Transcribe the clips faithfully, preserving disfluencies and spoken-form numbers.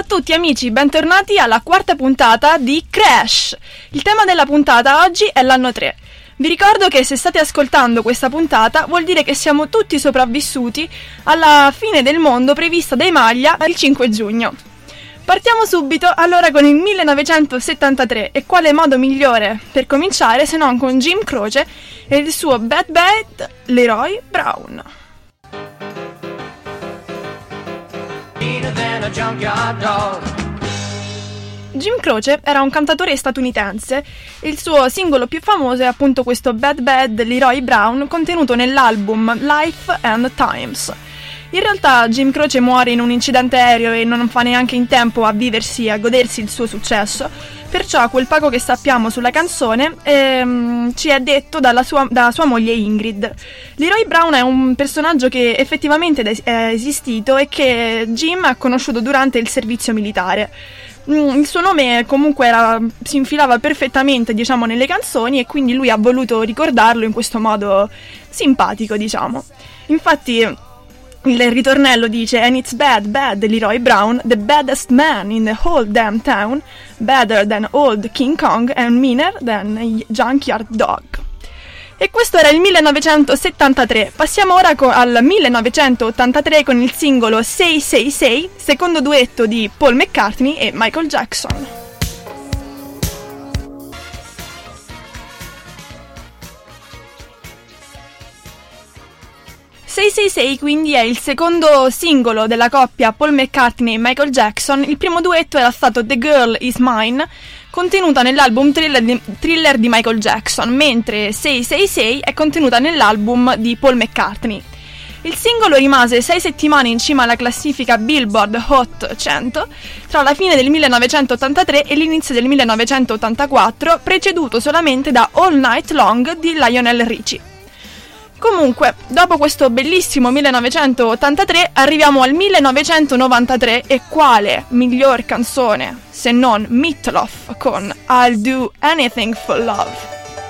tutti amici, bentornati alla quarta puntata di Crash. Il tema della puntata oggi è l'anno tre. Vi ricordo che se state ascoltando questa puntata vuol dire che siamo tutti sopravvissuti alla fine del mondo prevista dai Maglia il cinque giugno. Partiamo subito allora con il millenovecentosettantatré, e quale modo migliore per cominciare se non con Jim Croce e il suo Bad Bad Leroy Brown. Jim Croce era un cantatore statunitense e il suo singolo più famoso è appunto questo Bad Bad Leroy Brown, contenuto nell'album Life and Times. In realtà Jim Croce muore in un incidente aereo e non fa neanche in tempo a viversi e a godersi il suo successo, perciò quel poco che sappiamo sulla canzone ehm, ci è detto dalla sua, da sua moglie Ingrid. Leroy Brown è un personaggio che effettivamente è esistito e che Jim ha conosciuto durante il servizio militare. Il suo nome comunque era, si infilava perfettamente, diciamo, nelle canzoni, e quindi lui ha voluto ricordarlo in questo modo simpatico, diciamo. Infatti il ritornello dice: "And it's bad, bad Leroy Brown, the baddest man in the whole damn town, better than old King Kong and meaner than a junkyard dog." E questo era il millenovecentosettantatré. Passiamo ora co- al millenovecentottantatré con il singolo Say Say Say, secondo duetto di Paul McCartney e Michael Jackson. sei sei sei quindi è il secondo singolo della coppia Paul McCartney e Michael Jackson. Il primo duetto era stato The Girl Is Mine, contenuta nell'album Thriller di, Thriller di Michael Jackson, mentre sei sei sei è contenuta nell'album di Paul McCartney. Il singolo rimase sei settimane in cima alla classifica Billboard Hot cento tra la fine del millenovecentottantatré e l'inizio del millenovecentottantaquattro, preceduto solamente da All Night Long di Lionel Richie. Comunque, dopo questo bellissimo millenovecentottantatré arriviamo al millenovecentonovantatré, e quale miglior canzone se non Meatloaf con I'll Do Anything for Love.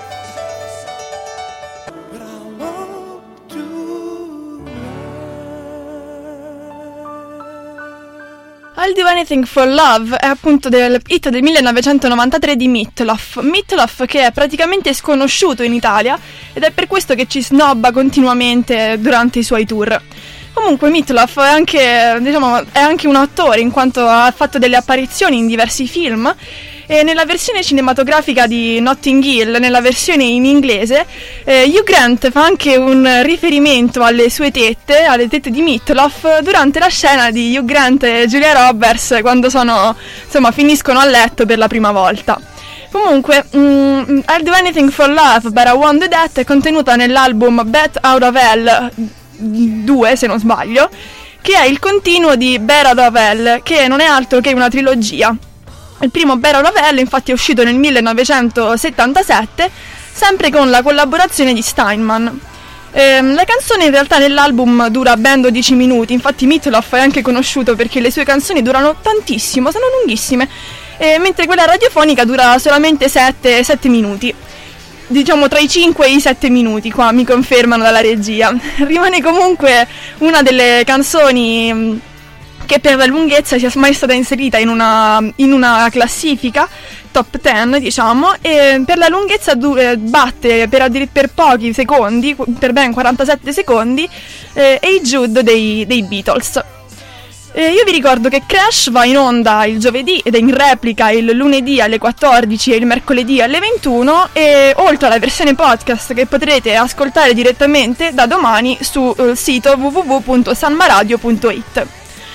I'll Do Anything for Love è appunto del hit del millenovecentonovantatré di Meatloaf. Meatloaf che è praticamente sconosciuto in Italia ed è per questo che ci snobba continuamente durante i suoi tour. Comunque Meatloaf è anche, diciamo, è anche un attore, in quanto ha fatto delle apparizioni in diversi film, e nella versione cinematografica di Notting Hill, nella versione in inglese, eh, Hugh Grant fa anche un riferimento alle sue tette, alle tette di Meatloaf, durante la scena di Hugh Grant e Julia Roberts quando sono, insomma, finiscono a letto per la prima volta. Comunque, mm, I'll Do Anything for Love, But I Won't Do That è contenuta nell'album Bat Out of Hell due, se non sbaglio, che è il continuo di Bat Out of Hell, che non è altro che una trilogia. Il primo Bat Out of Hell infatti è uscito nel millenovecentosettantasette, sempre con la collaborazione di Steinman. Ehm, la canzone in realtà nell'album dura ben dodici minuti, infatti Meatloaf è anche conosciuto perché le sue canzoni durano tantissimo, sono lunghissime, e mentre quella radiofonica dura solamente sette minuti. Diciamo tra i cinque e i sette minuti, qua mi confermano dalla regia. Rimane comunque una delle canzoni che per la lunghezza sia mai stata inserita in una, in una classifica top dieci, diciamo, e per la lunghezza du- eh, batte per, addir- per pochi secondi, per ben quarantasette secondi, eh, Hey Jude dei, dei Beatles. Eh, io vi ricordo che Crash va in onda il giovedì ed è in replica il lunedì alle quattordici e il mercoledì alle ventuno, e oltre alla versione podcast che potrete ascoltare direttamente da domani sul eh, sito w w w punto sanmaradio punto i t.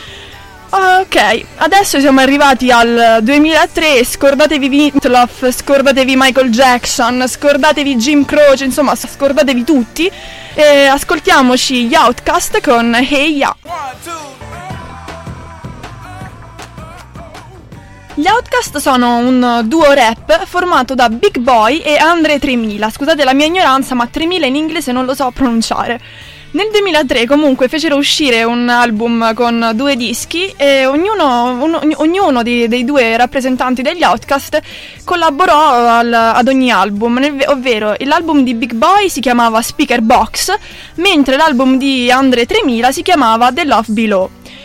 Ok, adesso siamo arrivati al duemilatré, scordatevi Meatloaf, scordatevi Michael Jackson, scordatevi Jim Croce, insomma scordatevi tutti, e ascoltiamoci gli Outkast con Hey Ya. Gli Outkast sono un duo rap formato da Big Boy e Andre tremila, scusate la mia ignoranza, ma tremila in inglese non lo so pronunciare. Nel duemilatré comunque fecero uscire un album con due dischi e ognuno, un, ognuno dei, dei due rappresentanti degli Outkast collaborò al, ad ogni album, nel, ovvero l'album di Big Boy si chiamava Speaker Box, mentre l'album di Andre tremila si chiamava The Love Below.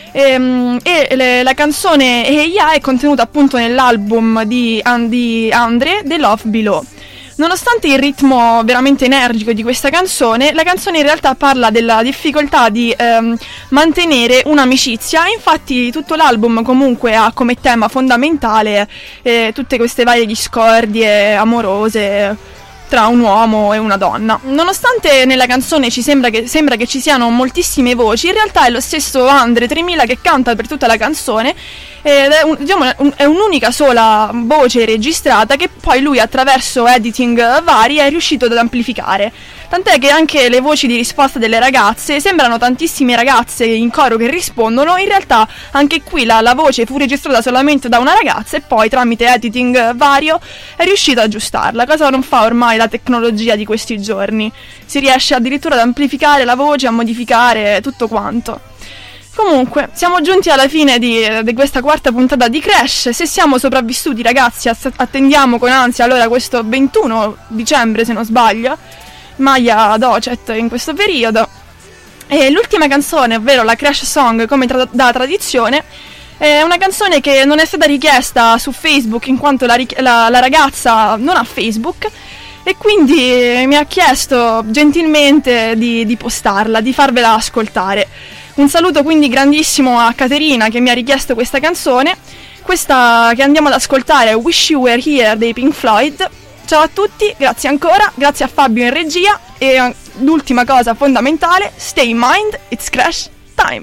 E, e le, la canzone Hey Ya è contenuta appunto nell'album di Andy Andre, The Love Below. Nonostante il ritmo veramente energico di questa canzone, la canzone in realtà parla della difficoltà di ehm, mantenere un'amicizia. Infatti tutto l'album comunque ha come tema fondamentale eh, tutte queste varie discordie amorose tra un uomo e una donna. Nonostante nella canzone ci sembra che, sembra che ci siano moltissime voci, in realtà è lo stesso Andre tremila che canta per tutta la canzone ed è, un, diciamo, un, è un'unica sola voce registrata che poi lui attraverso editing vari è riuscito ad amplificare. Tant'è che anche le voci di risposta delle ragazze sembrano tantissime ragazze in coro che rispondono, in realtà anche qui la, la voce fu registrata solamente da una ragazza e poi tramite editing vario è riuscito ad aggiustarla, cosa non fa ormai la tecnologia di questi giorni. Si riesce addirittura ad amplificare la voce, a modificare tutto quanto. Comunque, siamo giunti alla fine di, di questa quarta puntata di Crash. Se siamo sopravvissuti, ragazzi, attendiamo con ansia allora questo ventuno dicembre, se non sbaglio, Maya Docet in questo periodo. E l'ultima canzone, ovvero la Crash Song come tra- da tradizione, è una canzone che non è stata richiesta su Facebook in quanto la, ri- la, la ragazza non ha Facebook e quindi mi ha chiesto gentilmente di, di postarla, di farvela ascoltare. Un saluto quindi grandissimo a Caterina che mi ha richiesto questa canzone. Questa che andiamo ad ascoltare è Wish You Were Here dei Pink Floyd. Ciao a tutti, grazie ancora, grazie a Fabio in regia e l'ultima cosa fondamentale, stay in mind, it's Crash time!